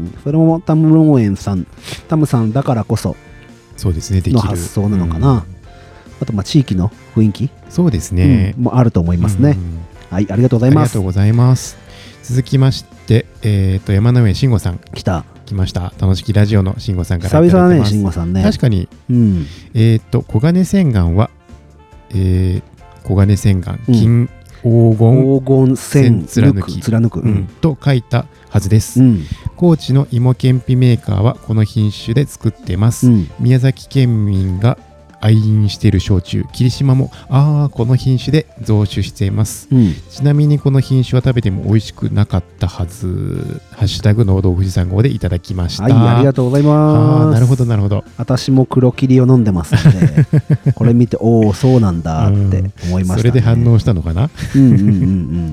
それもタム農園さん、タムさんだからこその発想なのかな。うん、あとまあ地域の雰囲気、 そうですね、 うん、もあると思いますね。うん、はい、ありがとうございます。 ありがとうございます。続きまして、えー、と山上慎吾さん来た来ました。楽しきラジオの慎吾さんからいただいてます。 久々だね、慎吾さんね。 確かに、うん、えー、と黄金洗顔は、えー、黄金洗顔金黄金、 黄金線貫き貫く、 うん、と書いたはずです。うん、高知の芋けんぴメーカーはこの品種で作ってます。うん、宮崎県民が愛飲している焼酎、霧島もあこの品種で増酒しています。うん、ちなみにこの品種は食べても美味しくなかったはず。ハッシュタグ農道富士山号でいただきました。 はい、ありがとうございます。 あなるほどなるほど。 私も黒霧を飲んでますのでこれ見ておおそうなんだって思いましたね。 それで反応したのかな。 うんうんうんうん。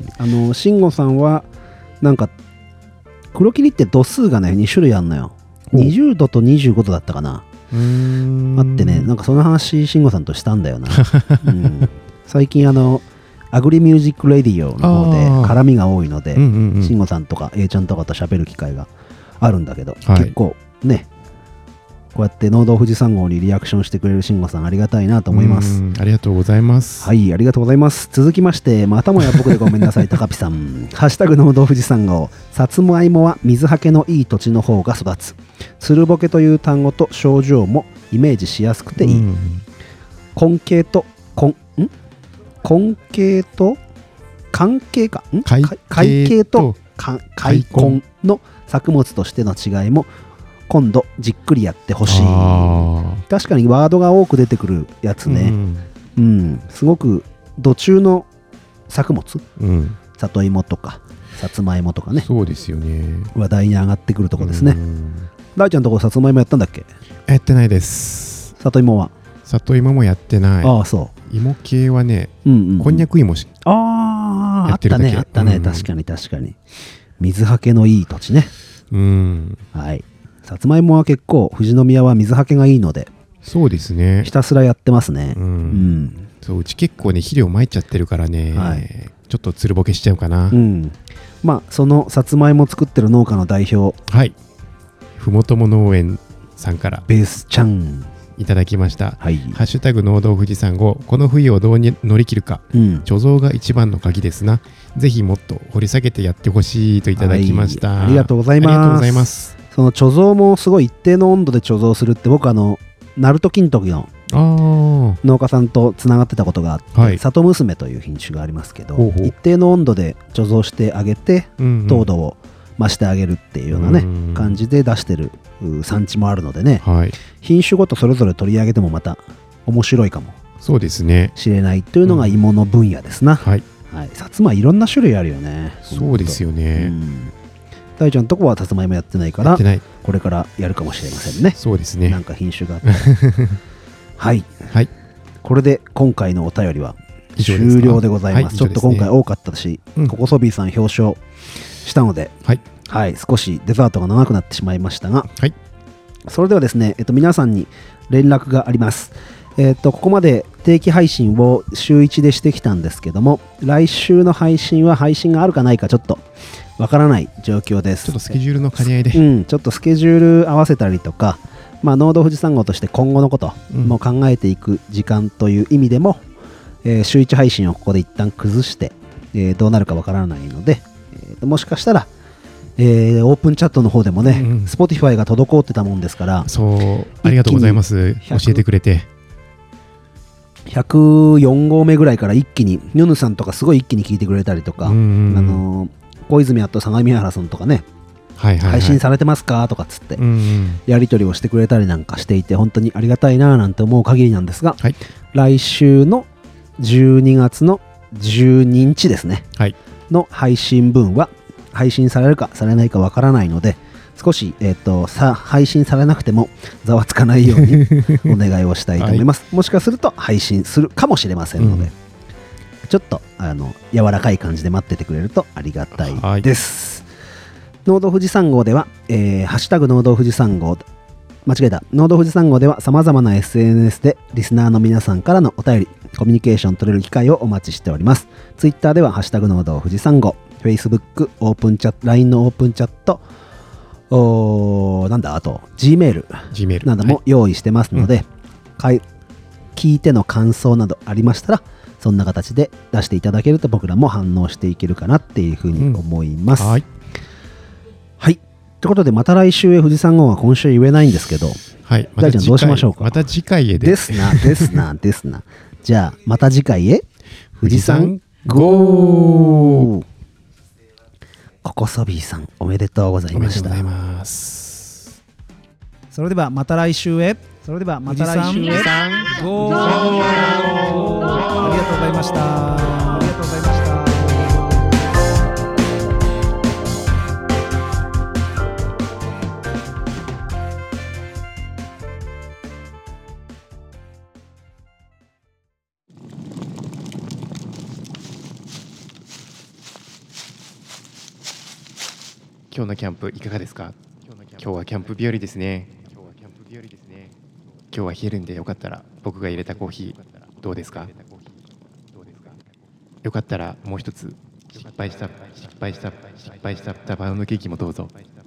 あの慎吾さんはなんか黒霧って度数がねに種類あるのよ。にじゅうどとにじゅうごどだったかな。うーんあってね、なんかその話慎吾さんとしたんだよな。うん、最近あのアグリミュージックレディオの方で絡みが多いので、慎吾さんとか A ちゃんとかと喋る機会があるんだけど、はい、結構ねこうやって農道富士山号にリアクションしてくれる慎吾さんありがたいなと思います。 ありがとうございます。 はい、ありがとうございます。続きましてまたもや僕でごめんなさい高ピさんハッシュタグ農道富士山号。さつまいもは水はけのいい土地の方が育つ。つるぼけという単語と症状もイメージしやすくていい。根茎と根ん根茎と関係かん海茎と開根の作物としての違いも今度じっくりやってほしい。確かにワードが多く出てくるやつね。うん、うん、すごく土中の作物、うん、里芋とかさつまいもとかね。 そうですよね。 話題に上がってくるところですね。大ちゃんとこさつまいもやったんだっけ？ やってないです。 里芋は？ 里芋もやってない。 ああそう。 芋系はね、うんうんうん、こんにゃく芋しああやってるだけ。あったねあったね、うん、確かに確かに。水はけのいい土地ね。うん。はい。さつまいもは結構富士宮は水はけがいいので。 そうですね。 ひたすらやってますね。うん。うん、そううち結構ね肥料撒いちゃってるからね、はい、 ちょっとつるぼけしちゃうかな。 うん、まあそのさつまいも作ってる農家の代表、 はい、ふもとも農園さんからベースちゃんいただきました。 はい、 ハッシュタグ農道富士山号、この冬をどうに乗り切るか、うん、貯蔵が一番の鍵ですな。ぜひもっと掘り下げてやってほしいといただきました、 はい、ありがとうございます。 ありがとうございます。 その貯蔵もすごい一定の温度で貯蔵するって、僕あのナルト金時の農家さんとつながってたことがあって、はい、里娘という品種がありますけど、ほうほう、一定の温度で貯蔵してあげて、うんうん、糖度を増してあげるっていうようなね、うんうん、感じで出してる産地もあるのでね、はい、品種ごとそれぞれ取り上げてもまた面白いかもそうですねしれないというのが芋の分野ですな、うん、はいはい、さつまいろんな種類あるよね。 そうですよね、うん、 大ちゃんのとこはさつまいもやってないからこれからやるかもしれませんね。 そうですね、 なんか品種があったらはい、はい、これで今回のお便りは終了でございます。ちょっと今回多かったし、うん、ココソビーさん表彰したので、はいはい、少しデザートが長くなってしまいましたが、はい、それではですね、えっと、皆さんに連絡があります。えっと、ここまで定期配信を週いちでしてきたんですけども、来週の配信は配信があるかないかちょっとわからない状況です。 ちょっとスケジュールの兼ね合いで、 うん、ちょっとスケジュール合わせたりとか、まあ、農道富士山号として今後のことも考えていく時間という意味でも、うん、えー、週いち配信をここで一旦崩して、えー、どうなるかわからないので、えー、もしかしたら、えー、オープンチャットの方でもね、うんうん、Spotify が滞ってたもんですから、 そうありがとうございます、教えてくれて。 ひゃくよん号目ぐらいから一気にニュヌさんとかすごい一気に聞いてくれたりとか、うんうん、あのー、小泉あと相模原さんとかね、はいはいはい、配信されてますかとかっつって、うんうん、やり取りをしてくれたりなんかしていて本当にありがたいななんて思う限りなんですが、はい、来週のじゅうにがつのじゅうににちですね、はい、の配信分は配信されるかされないかわからないので、少し、えー、とさ配信されなくてもざわつかないようにお願いをしたいと思います、はい、もしかすると配信するかもしれませんので、うん、ちょっとあの柔らかい感じで待っててくれるとありがたいです。農道富士山号では、えー、ハッシュタグ農道富士山号、間違えた、農道富士山号では様々な エスエヌエス でリスナーの皆さんからのお便り、コミュニケーション取れる機会をお待ちしております。ツイッターではハッシュタグ農道富士山号、Facebook、オープンチャット、ライン のオープンチャット、おなんだあと Gmail なども用意してますので、はい、うん、聞いての感想などありましたらそんな形で出していただけると僕らも反応していけるかなっていうふうに思います、うん、はい、はい、ということでまた来週へ富士山号は今週言えないんですけど、はい、また次回、大ちゃんどうしましょうか。 また次回へでですなですなですなじゃあまた次回へ富士山号。ココソビーさんおめでとうございました。 おめでとうございます。 それではまた来週へ。それではまた来週へ。ゴー。ありがとうございました。ありがとうございました。 今日のキャンプいかがですか。今日はキャンプ日和ですね。今日は冷えるんでよかったら僕が入れたコーヒーどうですか。よかったらもう一つ失敗した失敗した失敗したバウンドケーキもどうぞ。